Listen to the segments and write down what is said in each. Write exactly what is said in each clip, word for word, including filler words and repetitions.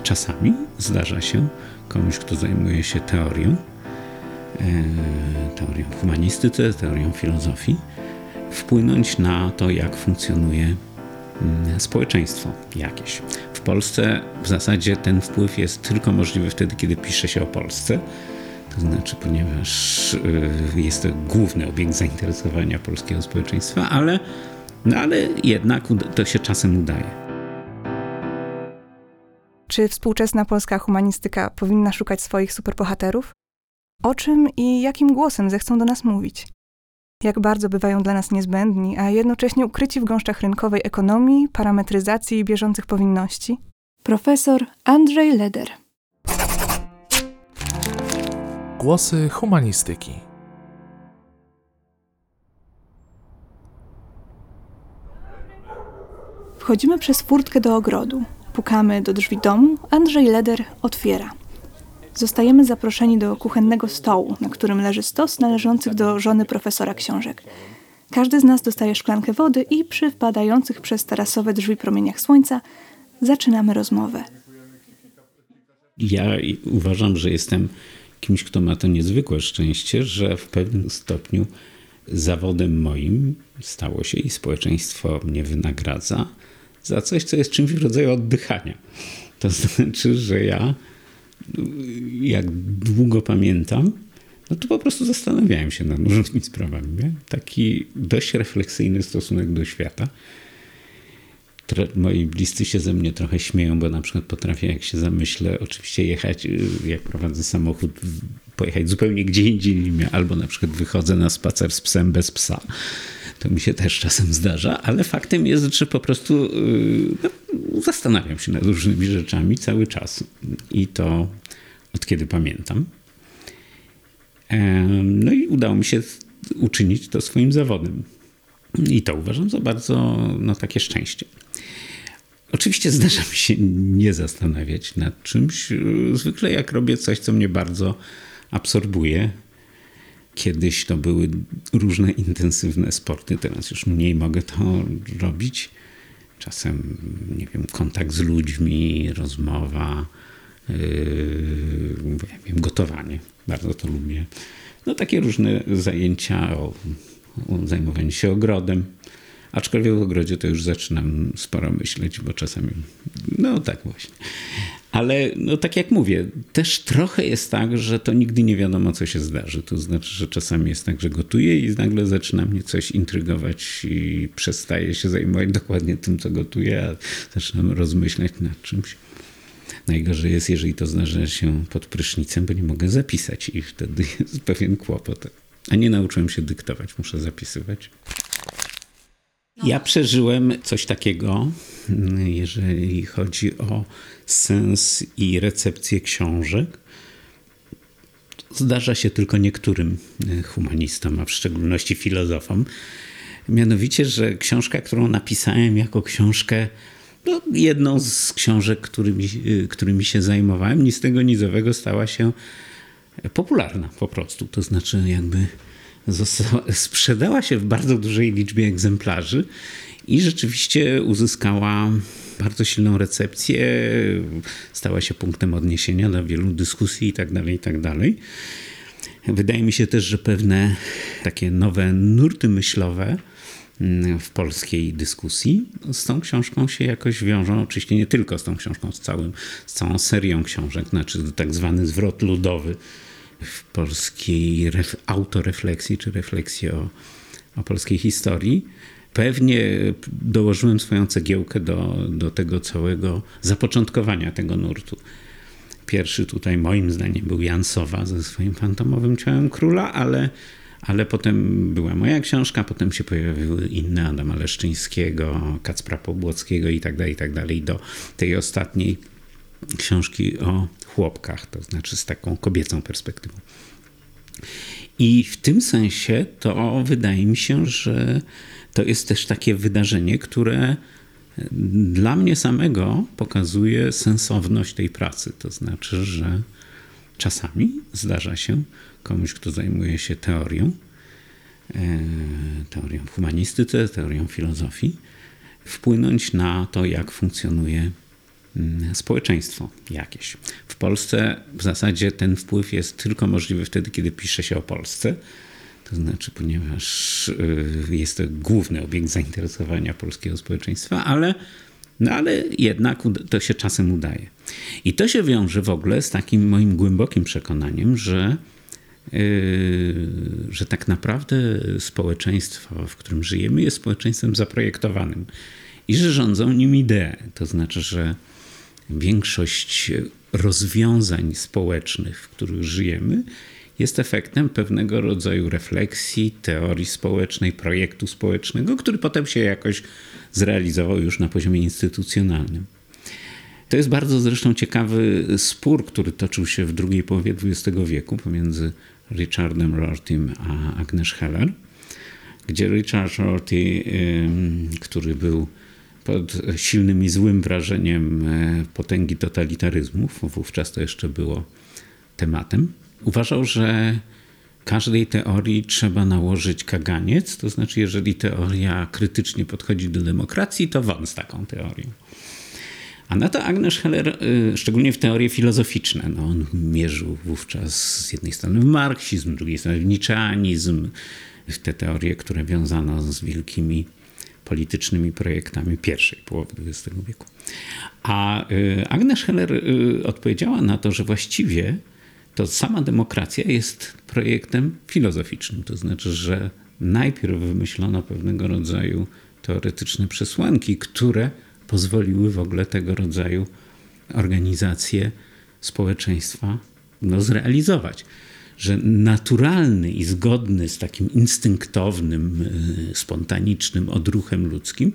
czasami zdarza się komuś, kto zajmuje się teorią, teorią humanistyce, teorią filozofii, wpłynąć na to, jak funkcjonuje społeczeństwo jakieś. W Polsce w zasadzie ten wpływ jest tylko możliwy wtedy, kiedy pisze się o Polsce. To znaczy, ponieważ jest to główny obiekt zainteresowania polskiego społeczeństwa, ale, no ale jednak to się czasem udaje. Czy współczesna polska humanistyka powinna szukać swoich superbohaterów? O czym i jakim głosem zechcą do nas mówić? Jak bardzo bywają dla nas niezbędni, a jednocześnie ukryci w gąszczach rynkowej ekonomii, parametryzacji i bieżących powinności? Profesor Andrzej Leder. Głosy humanistyki. Wchodzimy przez furtkę do ogrodu. Pukamy do drzwi domu. Andrzej Leder otwiera. Zostajemy zaproszeni do kuchennego stołu, na którym leży stos należących do żony profesora książek. Każdy z nas dostaje szklankę wody i przy wpadających przez tarasowe drzwi promieniach słońca zaczynamy rozmowę. Ja uważam, że jestem kimś, kto ma to niezwykłe szczęście, że w pewnym stopniu zawodem moim stało się i społeczeństwo mnie wynagradza za coś, co jest czymś w rodzaju oddychania. To znaczy, że ja jak długo pamiętam, no to po prostu zastanawiałem się nad różnymi sprawami. Nie? Taki dość refleksyjny stosunek do świata. Moi bliscy się ze mnie trochę śmieją, bo na przykład potrafię, jak się zamyślę, oczywiście jechać, jak prowadzę samochód, pojechać zupełnie gdzie indziej, albo na przykład wychodzę na spacer z psem bez psa. To mi się też czasem zdarza, ale faktem jest, że po prostu no, zastanawiam się nad różnymi rzeczami cały czas. I to od kiedy pamiętam. No i udało mi się uczynić to swoim zawodem. I to uważam za bardzo no, takie szczęście. Oczywiście zdarza mi się nie zastanawiać nad czymś. Zwykle jak robię coś, co mnie bardzo absorbuje. Kiedyś to były różne intensywne sporty, teraz już mniej mogę to robić. Czasem, nie wiem, kontakt z ludźmi, rozmowa, yy, ja wiem, gotowanie. Bardzo to lubię. No takie różne zajęcia o, o zajmowaniu się ogrodem. Aczkolwiek w ogrodzie to już zaczynam sporo myśleć, bo czasami, no tak właśnie. Ale no tak jak mówię, też trochę jest tak, że to nigdy nie wiadomo, co się zdarzy. To znaczy, że czasami jest tak, że gotuję i nagle zaczyna mnie coś intrygować i przestaję się zajmować dokładnie tym, co gotuję, a zaczynam rozmyślać nad czymś. Najgorzej jest, jeżeli to zdarza się pod prysznicem, bo nie mogę zapisać i wtedy jest pewien kłopot. A nie nauczyłem się dyktować, muszę zapisywać. Ja przeżyłem coś takiego, jeżeli chodzi o sens i recepcję książek. Zdarza się tylko niektórym humanistom, a w szczególności filozofom. Mianowicie, że książka, którą napisałem jako książkę, no, jedną z książek, którymi, którymi się zajmowałem, nic z tego nizowego, stała się popularna po prostu. To znaczy jakby została, sprzedała się w bardzo dużej liczbie egzemplarzy i rzeczywiście uzyskała bardzo silną recepcję, stała się punktem odniesienia dla wielu dyskusji i tak dalej, i tak dalej. Wydaje mi się też, że pewne takie nowe nurty myślowe w polskiej dyskusji z tą książką się jakoś wiążą. Oczywiście nie tylko z tą książką, z, całym, z całą serią książek, znaczy tak zwany zwrot ludowy w polskiej ref, autorefleksji czy refleksji o, o polskiej historii. Pewnie dołożyłem swoją cegiełkę do, do tego całego zapoczątkowania tego nurtu. Pierwszy tutaj moim zdaniem był Jan Sowa ze swoim fantomowym ciałem króla, ale, ale potem była moja książka, potem się pojawiły inne, Adama Leszczyńskiego, Kacpra Pobłockiego i tak dalej, i tak dalej, do tej ostatniej książki o chłopkach, to znaczy z taką kobiecą perspektywą. I w tym sensie to wydaje mi się, że to jest też takie wydarzenie, które dla mnie samego pokazuje sensowność tej pracy. To znaczy, że czasami zdarza się komuś, kto zajmuje się teorią, teorią humanistyce, teorią filozofii, wpłynąć na to, jak funkcjonuje społeczeństwo jakieś. W Polsce w zasadzie ten wpływ jest tylko możliwy wtedy, kiedy pisze się o Polsce. To znaczy, ponieważ jest to główny obiekt zainteresowania polskiego społeczeństwa, ale, no ale jednak to się czasem udaje. I to się wiąże w ogóle z takim moim głębokim przekonaniem, że, yy, że tak naprawdę społeczeństwo, w którym żyjemy, jest społeczeństwem zaprojektowanym i że rządzą nim idee. To znaczy, że większość rozwiązań społecznych, w których żyjemy, jest efektem pewnego rodzaju refleksji, teorii społecznej, projektu społecznego, który potem się jakoś zrealizował już na poziomie instytucjonalnym. To jest bardzo zresztą ciekawy spór, który toczył się w drugiej połowie dwudziestego wieku pomiędzy Richardem Rortym a Agnes Heller, gdzie Richard Rorty, który był pod silnym i złym wrażeniem potęgi totalitaryzmów, wówczas to jeszcze było tematem, uważał, że każdej teorii trzeba nałożyć kaganiec, to znaczy jeżeli teoria krytycznie podchodzi do demokracji, to won z taką teorią. A na to Agnes Heller, szczególnie w teorie filozoficzne, no on mierzył wówczas z jednej strony w marksizm, z drugiej strony w niczeanizm, w te teorie, które wiązano z wielkimi politycznymi projektami pierwszej połowy dwudziestego wieku. A Agnes Heller odpowiedziała na to, że właściwie to sama demokracja jest projektem filozoficznym. To znaczy, że najpierw wymyślono pewnego rodzaju teoretyczne przesłanki, które pozwoliły w ogóle tego rodzaju organizacje społeczeństwa no, zrealizować. Że naturalny i zgodny z takim instynktownym, spontanicznym odruchem ludzkim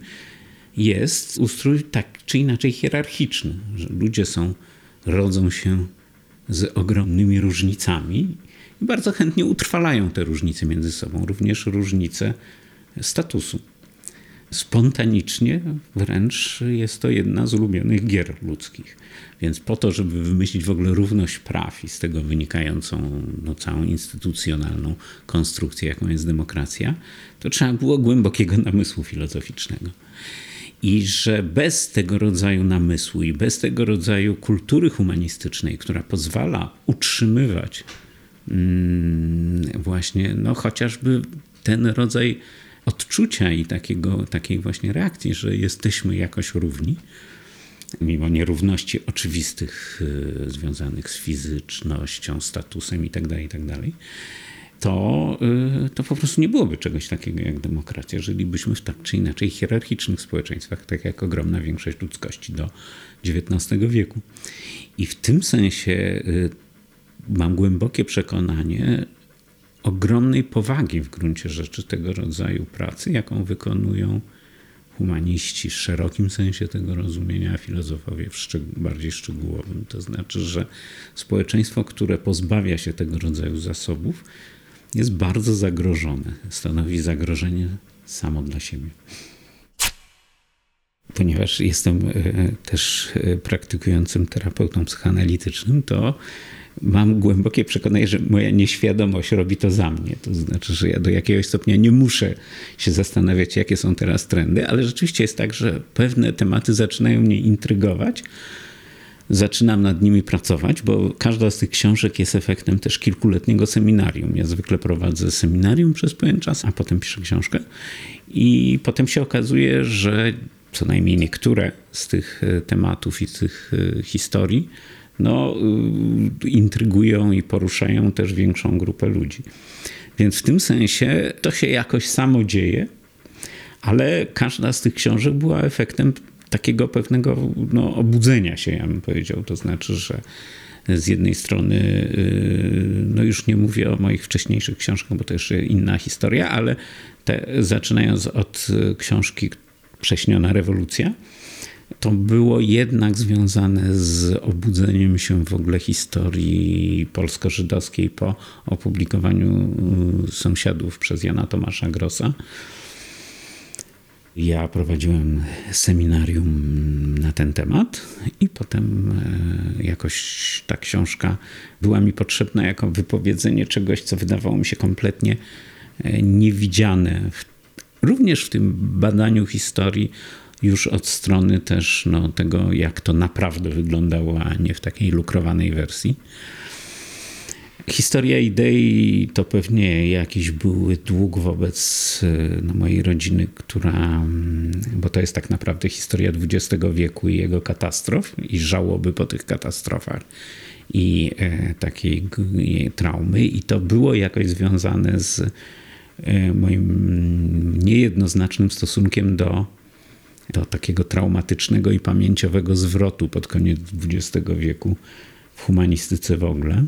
jest ustrój tak czy inaczej hierarchiczny. Że ludzie są, rodzą się z ogromnymi różnicami i bardzo chętnie utrwalają te różnice między sobą, również różnice statusu. Spontanicznie wręcz jest to jedna z ulubionych gier ludzkich. Więc po to, żeby wymyślić w ogóle równość praw i z tego wynikającą no, całą instytucjonalną konstrukcję, jaką jest demokracja, to trzeba było głębokiego namysłu filozoficznego. I że bez tego rodzaju namysłu i bez tego rodzaju kultury humanistycznej, która pozwala utrzymywać mm, właśnie no, chociażby ten rodzaj odczucia i takiego, takiej właśnie reakcji, że jesteśmy jakoś równi, mimo nierówności oczywistych y, związanych z fizycznością, statusem itd., itd., to, y, to po prostu nie byłoby czegoś takiego jak demokracja. Żylibyśmy w tak czy inaczej hierarchicznych społeczeństwach, tak jak ogromna większość ludzkości do dziewiętnastego wieku. I w tym sensie y, mam głębokie przekonanie ogromnej powagi w gruncie rzeczy tego rodzaju pracy, jaką wykonują humaniści w szerokim sensie tego rozumienia, a filozofowie w szczeg- bardziej szczegółowym. To znaczy, że społeczeństwo, które pozbawia się tego rodzaju zasobów, jest bardzo zagrożone. Stanowi zagrożenie samo dla siebie. Ponieważ jestem też praktykującym terapeutą psychoanalitycznym, to mam głębokie przekonanie, że moja nieświadomość robi to za mnie. To znaczy, że ja do jakiegoś stopnia nie muszę się zastanawiać, jakie są teraz trendy, ale rzeczywiście jest tak, że pewne tematy zaczynają mnie intrygować. Zaczynam nad nimi pracować, bo każda z tych książek jest efektem też kilkuletniego seminarium. Ja zwykle prowadzę seminarium przez pewien czas, a potem piszę książkę. I potem się okazuje, że co najmniej niektóre z tych tematów i z tych historii no, intrygują i poruszają też większą grupę ludzi. Więc w tym sensie to się jakoś samo dzieje, ale każda z tych książek była efektem takiego pewnego no, obudzenia się, ja bym powiedział. To znaczy, że z jednej strony, no już nie mówię o moich wcześniejszych książkach, bo to jeszcze inna historia, ale te, zaczynając od książki Prześniona rewolucja, to było jednak związane z obudzeniem się w ogóle historii polsko-żydowskiej po opublikowaniu Sąsiadów przez Jana Tomasza Grossa. Ja prowadziłem seminarium na ten temat i potem jakoś ta książka była mi potrzebna jako wypowiedzenie czegoś, co wydawało mi się kompletnie niewidziane. Również w tym badaniu historii już od strony też no, tego, jak to naprawdę wyglądało, a nie w takiej lukrowanej wersji. Historia idei to pewnie jakiś były dług wobec no, mojej rodziny, która, bo to jest tak naprawdę historia dwudziestego wieku i jego katastrof i żałoby po tych katastrofach i e, takiej g- traumy. I to było jakoś związane z e, moim niejednoznacznym stosunkiem do, do takiego traumatycznego i pamięciowego zwrotu pod koniec dwudziestego wieku w humanistyce w ogóle.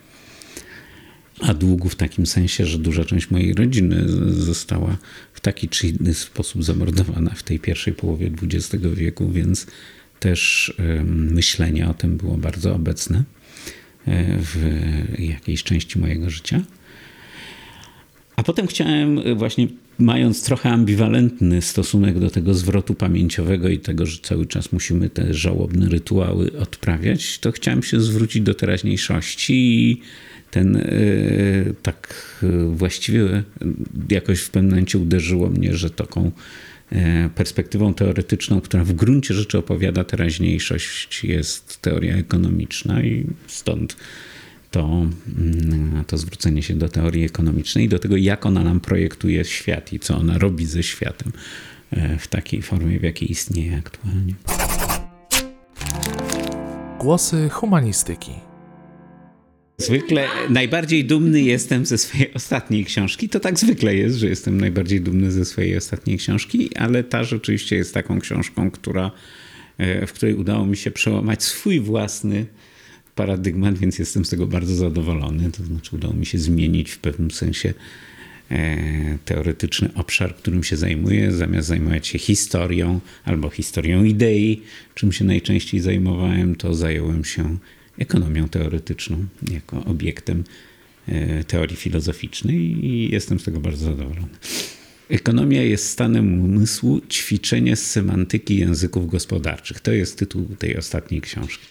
A długu w takim sensie, że duża część mojej rodziny została w taki czy inny sposób zamordowana w tej pierwszej połowie dwudziestego wieku, więc też myślenie o tym było bardzo obecne w jakiejś części mojego życia. A potem chciałem właśnie, mając trochę ambiwalentny stosunek do tego zwrotu pamięciowego i tego, że cały czas musimy te żałobne rytuały odprawiać, to chciałem się zwrócić do teraźniejszości i ten yy, tak yy, właściwie jakoś w pewnym momencie uderzyło mnie, że taką yy, perspektywą teoretyczną, która w gruncie rzeczy opowiada teraźniejszość, jest teoria ekonomiczna i stąd to, yy, to zwrócenie się do teorii ekonomicznej i do tego, jak ona nam projektuje świat i co ona robi ze światem yy, w takiej formie, w jakiej istnieje aktualnie. Głosy humanistyki. Zwykle najbardziej dumny jestem ze swojej ostatniej książki. To tak zwykle jest, że jestem najbardziej dumny ze swojej ostatniej książki, ale ta rzeczywiście jest taką książką, która, w której udało mi się przełamać swój własny paradygmat, więc jestem z tego bardzo zadowolony. To znaczy udało mi się zmienić w pewnym sensie teoretyczny obszar, którym się zajmuję. Zamiast zajmować się historią albo historią idei, czym się najczęściej zajmowałem, to zająłem się ekonomią teoretyczną jako obiektem teorii filozoficznej i jestem z tego bardzo zadowolony. Ekonomia jest stanem umysłu, ćwiczenie z semantyki języków gospodarczych. To jest tytuł tej ostatniej książki.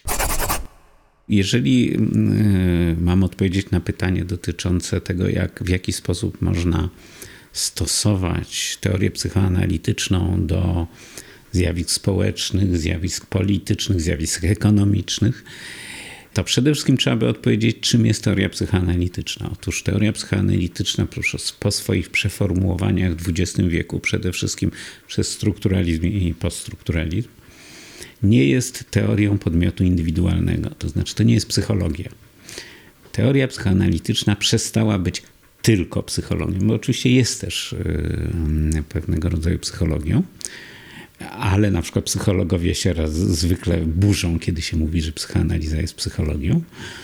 Jeżeli mam odpowiedzieć na pytanie dotyczące tego, jak, w jaki sposób można stosować teorię psychoanalityczną do zjawisk społecznych, zjawisk politycznych, zjawisk ekonomicznych, to przede wszystkim trzeba by odpowiedzieć, czym jest teoria psychoanalityczna. Otóż teoria psychoanalityczna po swoich przeformułowaniach w dwudziestym wieku, przede wszystkim przez strukturalizm i poststrukturalizm, nie jest teorią podmiotu indywidualnego. To znaczy, to nie jest psychologia. Teoria psychoanalityczna przestała być tylko psychologią, bo oczywiście jest też yy, pewnego rodzaju psychologią, ale na przykład psychologowie się raz zwykle burzą, kiedy się mówi, że psychoanaliza jest psychologią.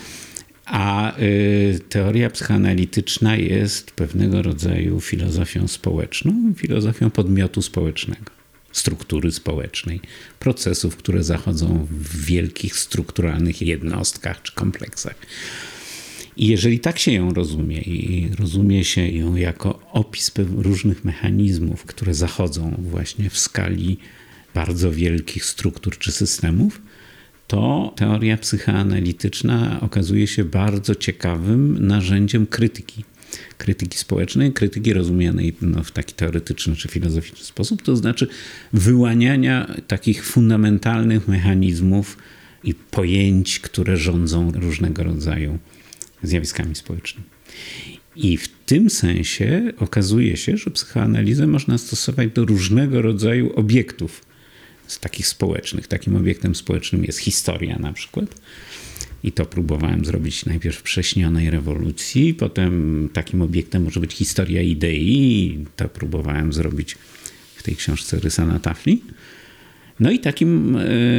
A y, teoria psychoanalityczna jest pewnego rodzaju filozofią społeczną, filozofią podmiotu społecznego, struktury społecznej, procesów, które zachodzą w wielkich strukturalnych jednostkach czy kompleksach. I jeżeli tak się ją rozumie i rozumie się ją jako opis różnych mechanizmów, które zachodzą właśnie w skali bardzo wielkich struktur czy systemów, to teoria psychoanalityczna okazuje się bardzo ciekawym narzędziem krytyki. Krytyki społecznej, krytyki rozumianej no, w taki teoretyczny czy filozoficzny sposób, to znaczy wyłaniania takich fundamentalnych mechanizmów i pojęć, które rządzą różnego rodzaju zjawiskami społecznymi. I w tym sensie okazuje się, że psychoanalizę można stosować do różnego rodzaju obiektów z takich społecznych. Takim obiektem społecznym jest historia na przykład. I to próbowałem zrobić najpierw w Prześnionej rewolucji, potem takim obiektem może być historia idei i to próbowałem zrobić w tej książce Rysa na tafli. No i takim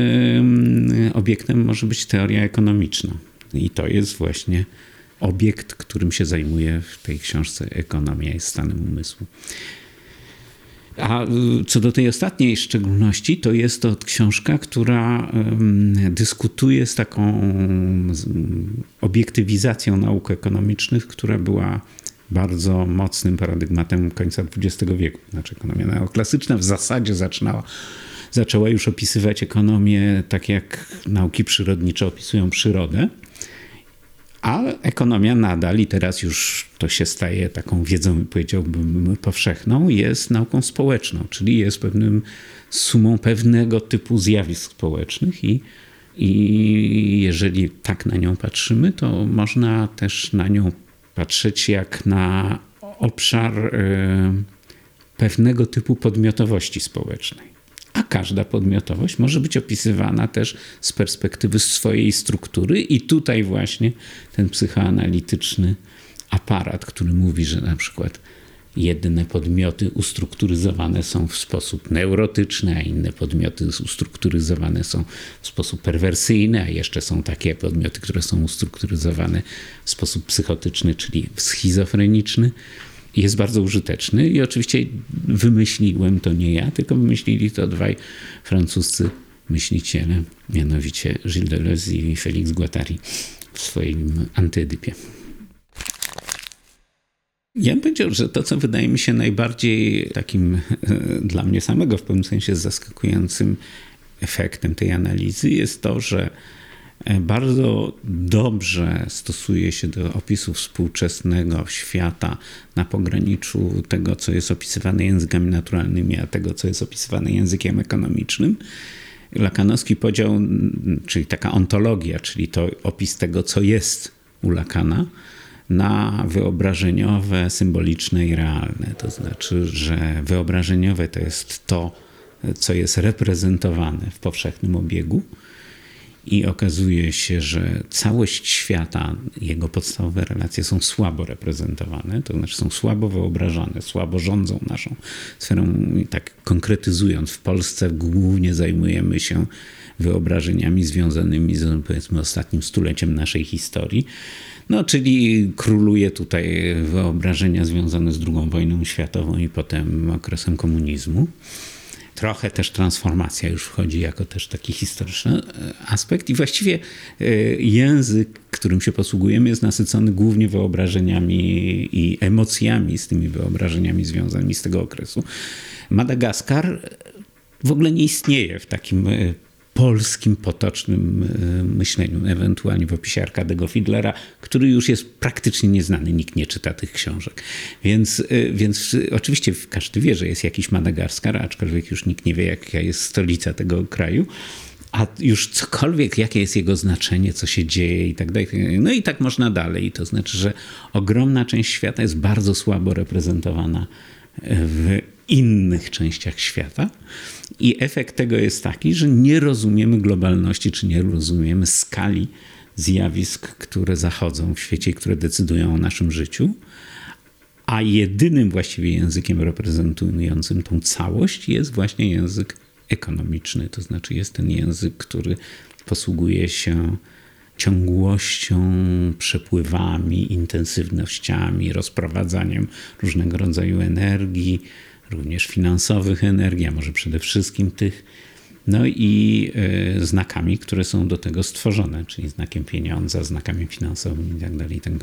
yy, obiektem może być teoria ekonomiczna. I to jest właśnie obiekt, którym się zajmuję w tej książce Ekonomia jest stanem umysłu. A co do tej ostatniej szczególności, to jest to książka, która dyskutuje z taką obiektywizacją nauk ekonomicznych, która była bardzo mocnym paradygmatem końca dwudziestego wieku. Znaczy ekonomia neoklasyczna w zasadzie zaczynała, zaczęła już opisywać ekonomię tak jak nauki przyrodnicze opisują przyrodę, A ekonomia nadal, i teraz już to się staje taką wiedzą, powiedziałbym, powszechną, jest nauką społeczną, czyli jest pewnym sumą pewnego typu zjawisk społecznych i, i jeżeli tak na nią patrzymy, to można też na nią patrzeć jak na obszar y, pewnego typu podmiotowości społecznej. A każda podmiotowość może być opisywana też z perspektywy swojej struktury i tutaj właśnie ten psychoanalityczny aparat, który mówi, że na przykład jedne podmioty ustrukturyzowane są w sposób neurotyczny, a inne podmioty ustrukturyzowane są w sposób perwersyjny, a jeszcze są takie podmioty, które są ustrukturyzowane w sposób psychotyczny, czyli schizofreniczny. Jest bardzo użyteczny i oczywiście wymyśliłem to nie ja, tylko wymyślili to dwaj francuscy myśliciele, mianowicie Gilles Deleuze i Félix Guattari w swoim Antydypie. Ja bym powiedział, że to, co wydaje mi się najbardziej takim e, dla mnie samego w pewnym sensie zaskakującym efektem tej analizy jest to, że bardzo dobrze stosuje się do opisu współczesnego świata na pograniczu tego, co jest opisywane językami naturalnymi, a tego, co jest opisywane językiem ekonomicznym. Lakanowski podział, czyli taka ontologia, czyli to opis tego, co jest u Lakana, na wyobrażeniowe, symboliczne i realne. To znaczy, że wyobrażeniowe to jest to, co jest reprezentowane w powszechnym obiegu, i okazuje się, że całość świata, jego podstawowe relacje są słabo reprezentowane, to znaczy są słabo wyobrażane, słabo rządzą naszą sferą. I tak konkretyzując, w Polsce głównie zajmujemy się wyobrażeniami związanymi z, powiedzmy, ostatnim stuleciem naszej historii. No, czyli króluje tutaj wyobrażenia związane z drugą wojną światową i potem okresem komunizmu. Trochę też transformacja już wchodzi jako też taki historyczny aspekt i właściwie język, którym się posługujemy, jest nasycony głównie wyobrażeniami i emocjami z tymi wyobrażeniami związanymi z tego okresu. Madagaskar w ogóle nie istnieje w takim polskim, potocznym myśleniu, ewentualnie w opisie Arkadego Fidlera, który już jest praktycznie nieznany, nikt nie czyta tych książek. Więc, więc oczywiście każdy wie, że jest jakiś Madagaskar, aczkolwiek już nikt nie wie, jaka jest stolica tego kraju, a już cokolwiek, jakie jest jego znaczenie, co się dzieje i tak dalej. No i tak można dalej. To znaczy, że ogromna część świata jest bardzo słabo reprezentowana w innych częściach świata i efekt tego jest taki, że nie rozumiemy globalności, czy nie rozumiemy skali zjawisk, które zachodzą w świecie i które decydują o naszym życiu, a jedynym właściwie językiem reprezentującym tą całość jest właśnie język ekonomiczny, to znaczy jest ten język, który posługuje się ciągłością, przepływami, intensywnościami, rozprowadzaniem różnego rodzaju energii, również finansowych energii, a może przede wszystkim tych, no i y, znakami, które są do tego stworzone, czyli znakiem pieniądza, znakami finansowymi itd., itd.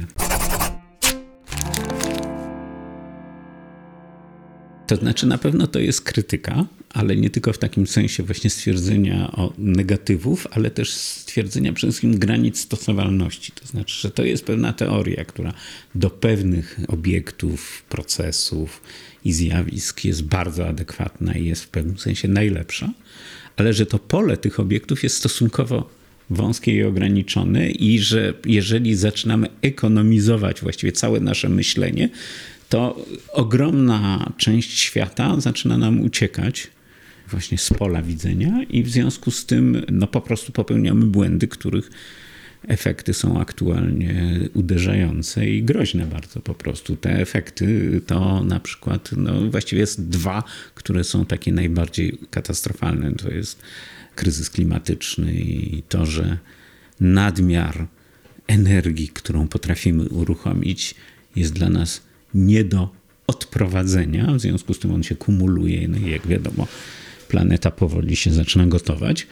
To znaczy na pewno to jest krytyka, ale nie tylko w takim sensie właśnie stwierdzenia o negatywów, ale też stwierdzenia przede wszystkim granic stosowalności. To znaczy, że to jest pewna teoria, która do pewnych obiektów, procesów i zjawisk jest bardzo adekwatna i jest w pewnym sensie najlepsza, ale że to pole tych obiektów jest stosunkowo wąskie i ograniczone i że jeżeli zaczynamy ekonomizować właściwie całe nasze myślenie, to ogromna część świata zaczyna nam uciekać właśnie z pola widzenia i w związku z tym no, po prostu popełniamy błędy, których efekty są aktualnie uderzające i groźne bardzo po prostu. Te efekty to na przykład, no właściwie jest dwa, które są takie najbardziej katastrofalne. To jest kryzys klimatyczny i to, że nadmiar energii, którą potrafimy uruchomić, jest dla nas nie do odprowadzenia, w związku z tym on się kumuluje, no i jak wiadomo, planeta powoli się zaczyna gotować.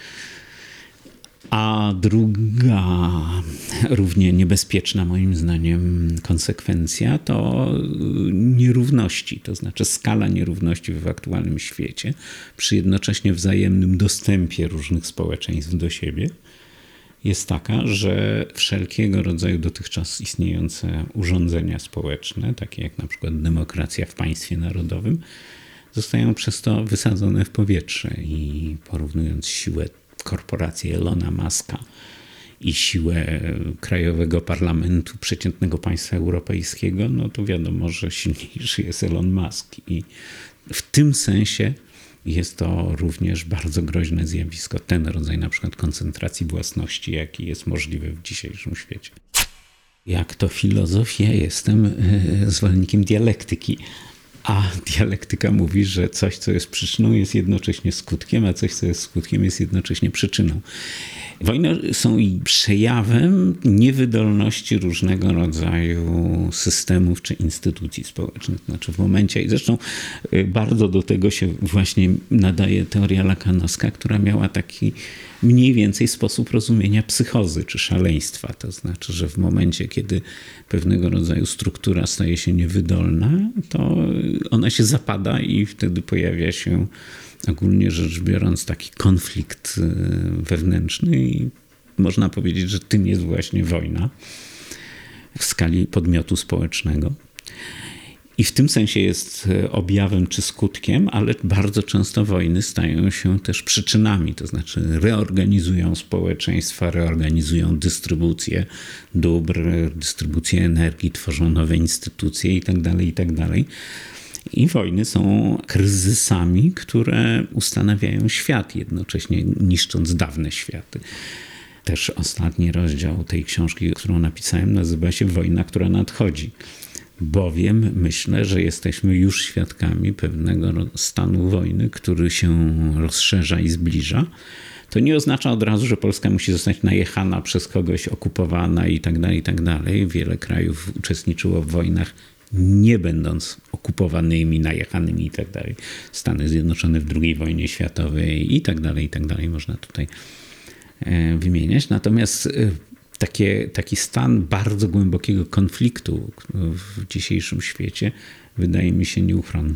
A druga, równie niebezpieczna moim zdaniem konsekwencja to nierówności, to znaczy skala nierówności w aktualnym świecie przy jednocześnie wzajemnym dostępie różnych społeczeństw do siebie jest taka, że wszelkiego rodzaju dotychczas istniejące urządzenia społeczne, takie jak na przykład demokracja w państwie narodowym, zostają przez to wysadzone w powietrze i porównując siłę korporacji Elona Muska i siłę krajowego parlamentu przeciętnego państwa europejskiego, no to wiadomo, że silniejszy jest Elon Musk i w tym sensie jest to również bardzo groźne zjawisko, ten rodzaj na przykład koncentracji własności, jaki jest możliwy w dzisiejszym świecie. Jak to filozof, ja jestem zwolennikiem dialektyki, a dialektyka mówi, że coś, co jest przyczyną, jest jednocześnie skutkiem, a coś, co jest skutkiem, jest jednocześnie przyczyną. Wojny są i przejawem niewydolności różnego rodzaju systemów czy instytucji społecznych. Znaczy w momencie, i zresztą bardzo do tego się właśnie nadaje teoria lakanowska, która miała taki mniej więcej sposób rozumienia psychozy czy szaleństwa. To znaczy, że w momencie, kiedy pewnego rodzaju struktura staje się niewydolna, to ona się zapada i wtedy pojawia się ogólnie rzecz biorąc taki konflikt wewnętrzny i można powiedzieć, że tym jest właśnie wojna w skali podmiotu społecznego. I w tym sensie jest objawem czy skutkiem, ale bardzo często wojny stają się też przyczynami, to znaczy reorganizują społeczeństwa, reorganizują dystrybucję dóbr, dystrybucję energii, tworzą nowe instytucje itd., itd. I wojny są kryzysami, które ustanawiają świat, jednocześnie niszcząc dawne światy. Też ostatni rozdział tej książki, którą napisałem, nazywa się Wojna, która nadchodzi. Bowiem myślę, że jesteśmy już świadkami pewnego stanu wojny, który się rozszerza i zbliża. To nie oznacza od razu, że Polska musi zostać najechana przez kogoś, okupowana i tak dalej, i tak dalej. Wiele krajów uczestniczyło w wojnach, nie będąc okupowanymi, najechanymi i tak dalej. Stany Zjednoczone w drugiej wojnie światowej i tak dalej, i tak dalej. Można tutaj wymieniać. Natomiast Takie, taki stan bardzo głębokiego konfliktu w dzisiejszym świecie wydaje mi się nieuchronny.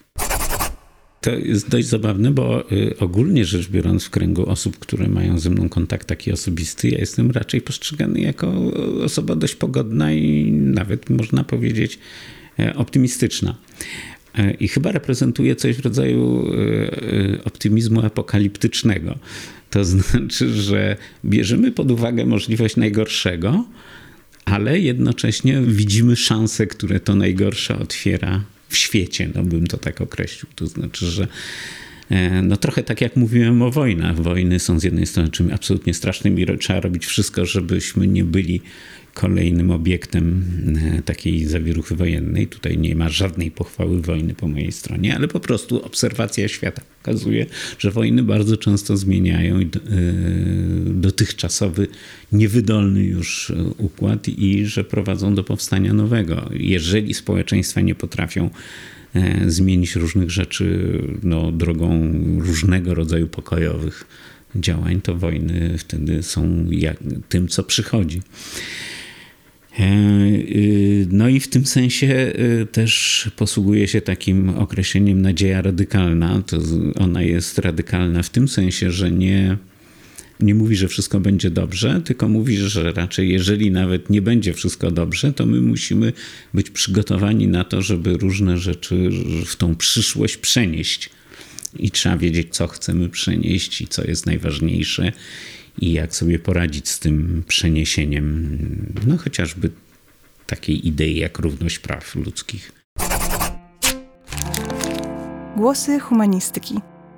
To jest dość zabawne, bo ogólnie rzecz biorąc w kręgu osób, które mają ze mną kontakt taki osobisty, ja jestem raczej postrzegany jako osoba dość pogodna i nawet można powiedzieć optymistyczna. I chyba reprezentuje coś w rodzaju optymizmu apokaliptycznego. To znaczy, że bierzemy pod uwagę możliwość najgorszego, ale jednocześnie widzimy szanse, które to najgorsze otwiera w świecie, no bym to tak określił. To znaczy, że no trochę tak jak mówiłem o wojnach. Wojny są z jednej strony czymś absolutnie strasznym i trzeba robić wszystko, żebyśmy nie byli kolejnym obiektem takiej zawieruchy wojennej. Tutaj nie ma żadnej pochwały wojny po mojej stronie, ale po prostu obserwacja świata pokazuje, że wojny bardzo często zmieniają dotychczasowy, niewydolny już układ i że prowadzą do powstania nowego. Jeżeli społeczeństwa nie potrafią zmienić różnych rzeczy no, drogą różnego rodzaju pokojowych działań, to wojny wtedy są jak, tym, co przychodzi. No i w tym sensie też posługuje się takim określeniem nadzieja radykalna. To ona jest radykalna w tym sensie, że nie, nie mówi, że wszystko będzie dobrze, tylko mówi, że raczej jeżeli nawet nie będzie wszystko dobrze, to my musimy być przygotowani na to, żeby różne rzeczy w tą przyszłość przenieść. I trzeba wiedzieć, co chcemy przenieść i co jest najważniejsze i jak sobie poradzić z tym przeniesieniem, no chociażby takiej idei jak równość praw ludzkich. Głosy humanistyki.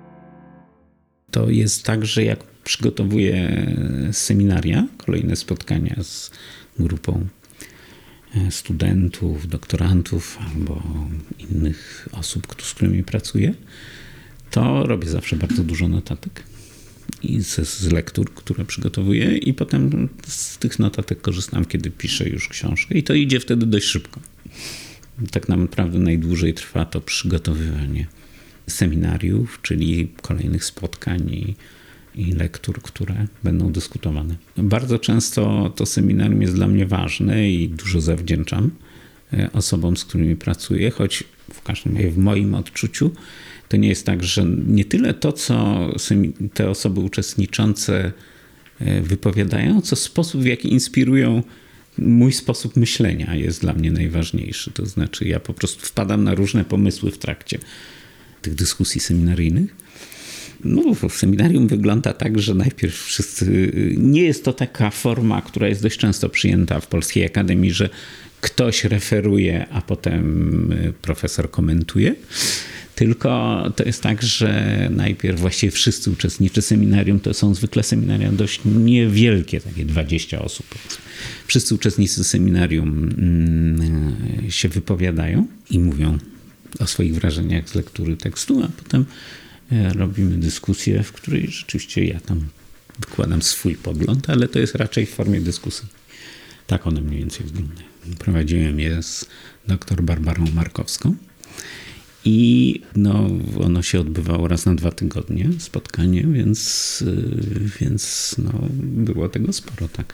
To jest tak, że jak przygotowuję seminaria, kolejne spotkania z grupą studentów, doktorantów albo innych osób, z którymi pracuję, to robię zawsze bardzo dużo notatek i z, z lektur, które przygotowuję i potem z tych notatek korzystam, kiedy piszę już książkę i to idzie wtedy dość szybko. Tak naprawdę najdłużej trwa to przygotowywanie seminariów, czyli kolejnych spotkań i, i lektur, które będą dyskutowane. Bardzo często to seminarium jest dla mnie ważne i dużo zawdzięczam osobom, z którymi pracuję, choć w każdym razie w moim odczuciu to nie jest tak, że nie tyle to, co te osoby uczestniczące wypowiadają, co sposób, w jaki inspirują mój sposób myślenia jest dla mnie najważniejszy. To znaczy ja po prostu wpadam na różne pomysły w trakcie tych dyskusji seminaryjnych. No, w seminarium wygląda tak, że najpierw wszyscy... Nie jest to taka forma, która jest dość często przyjęta w Polskiej Akademii, że ktoś referuje, a potem profesor komentuje. Tylko to jest tak, że najpierw właściwie wszyscy uczestnicy seminarium, to są zwykle seminaria dość niewielkie, takie dwadzieścia osób. Wszyscy uczestnicy seminarium się wypowiadają i mówią o swoich wrażeniach z lektury tekstu, a potem robimy dyskusję, w której rzeczywiście ja tam wykładam swój pogląd, ale to jest raczej w formie dyskusji. Tak one mniej więcej wyglądają. Prowadziłem je z dr Barbarą Markowską i no, ono się odbywało raz na dwa tygodnie, spotkanie, więc, więc no, było tego sporo, tak.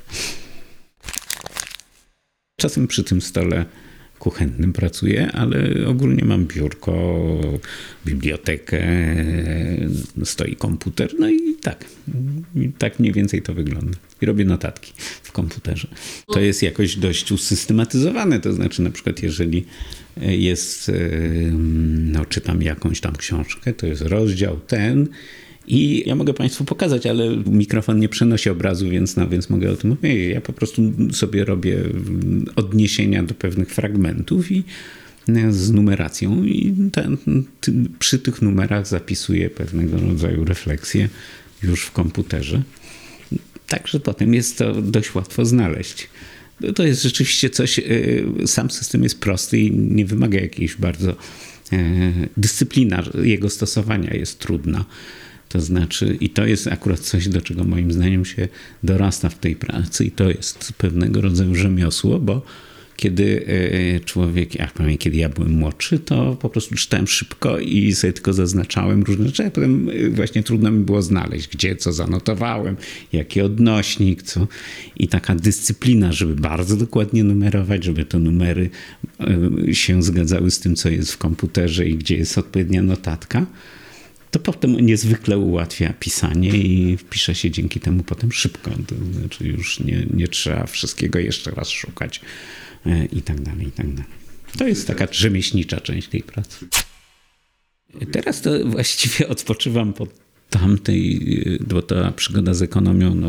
Czasem przy tym stole kuchennym pracuję, ale ogólnie mam biurko, bibliotekę, stoi komputer, no i tak. I tak mniej więcej to wygląda. I robię notatki w komputerze. To jest jakoś dość usystematyzowane, to znaczy na przykład jeżeli jest, no czytam jakąś tam książkę, to jest rozdział ten i ja mogę Państwu pokazać, ale mikrofon nie przenosi obrazu, więc, no, więc mogę o tym powiedzieć. Ja po prostu sobie robię odniesienia do pewnych fragmentów i z numeracją i ten, ty, przy tych numerach zapisuję pewnego rodzaju refleksje już w komputerze. Także potem jest to dość łatwo znaleźć. To jest rzeczywiście coś, sam system jest prosty i nie wymaga jakiejś bardzo, dyscyplina jego stosowania jest trudna. To znaczy, i to jest akurat coś, do czego moim zdaniem się dorasta w tej pracy i to jest pewnego rodzaju rzemiosło, bo kiedy człowiek, jak pamiętam, kiedy ja byłem młodszy, to po prostu czytałem szybko i sobie tylko zaznaczałem różne rzeczy, a potem właśnie trudno mi było znaleźć, gdzie co zanotowałem, jaki odnośnik, co. I taka dyscyplina, żeby bardzo dokładnie numerować, żeby te numery się zgadzały z tym, co jest w komputerze i gdzie jest odpowiednia notatka, to potem niezwykle ułatwia pisanie i pisze się dzięki temu potem szybko. To znaczy już nie, nie trzeba wszystkiego jeszcze raz szukać i tak dalej, i tak dalej. To jest taka rzemieślnicza część tej pracy. Teraz to właściwie odpoczywam po tamtej, bo ta przygoda z ekonomią, no,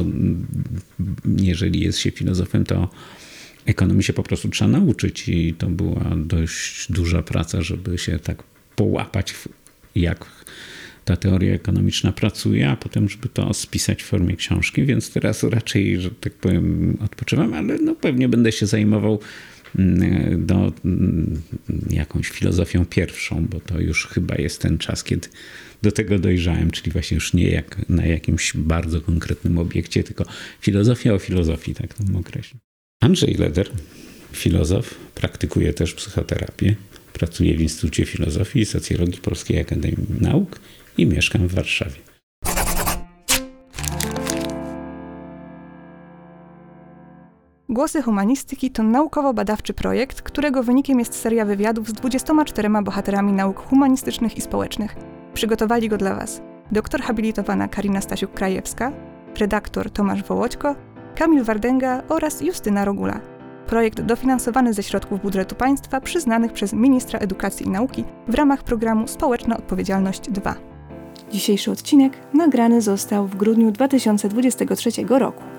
jeżeli jest się filozofem, to ekonomii się po prostu trzeba nauczyć i to była dość duża praca, żeby się tak połapać, jak ta teoria ekonomiczna pracuje, a potem, żeby to spisać w formie książki, więc teraz raczej, że tak powiem, odpoczywam, ale no pewnie będę się zajmował do, jakąś filozofią pierwszą, bo to już chyba jest ten czas, kiedy do tego dojrzałem, czyli właśnie już nie jak na jakimś bardzo konkretnym obiekcie, tylko filozofia o filozofii, tak to bym określił. Andrzej Leder, filozof, praktykuje też psychoterapię, pracuje w Instytucie Filozofii i Socjologii Polskiej Akademii Nauk i mieszkam w Warszawie. Głosy Humanistyki to naukowo-badawczy projekt, którego wynikiem jest seria wywiadów z dwudziestoma czterema bohaterami nauk humanistycznych i społecznych. Przygotowali go dla Was doktor habilitowana Karina Stasiuk-Krajewska, redaktor Tomasz Wołoćko, Kamil Wardęga oraz Justyna Rogula. Projekt dofinansowany ze środków budżetu państwa przyznanych przez ministra edukacji i nauki w ramach programu Społeczna Odpowiedzialność dwa. Dzisiejszy odcinek nagrany został w grudniu dwa tysiące dwudziestego trzeciego roku.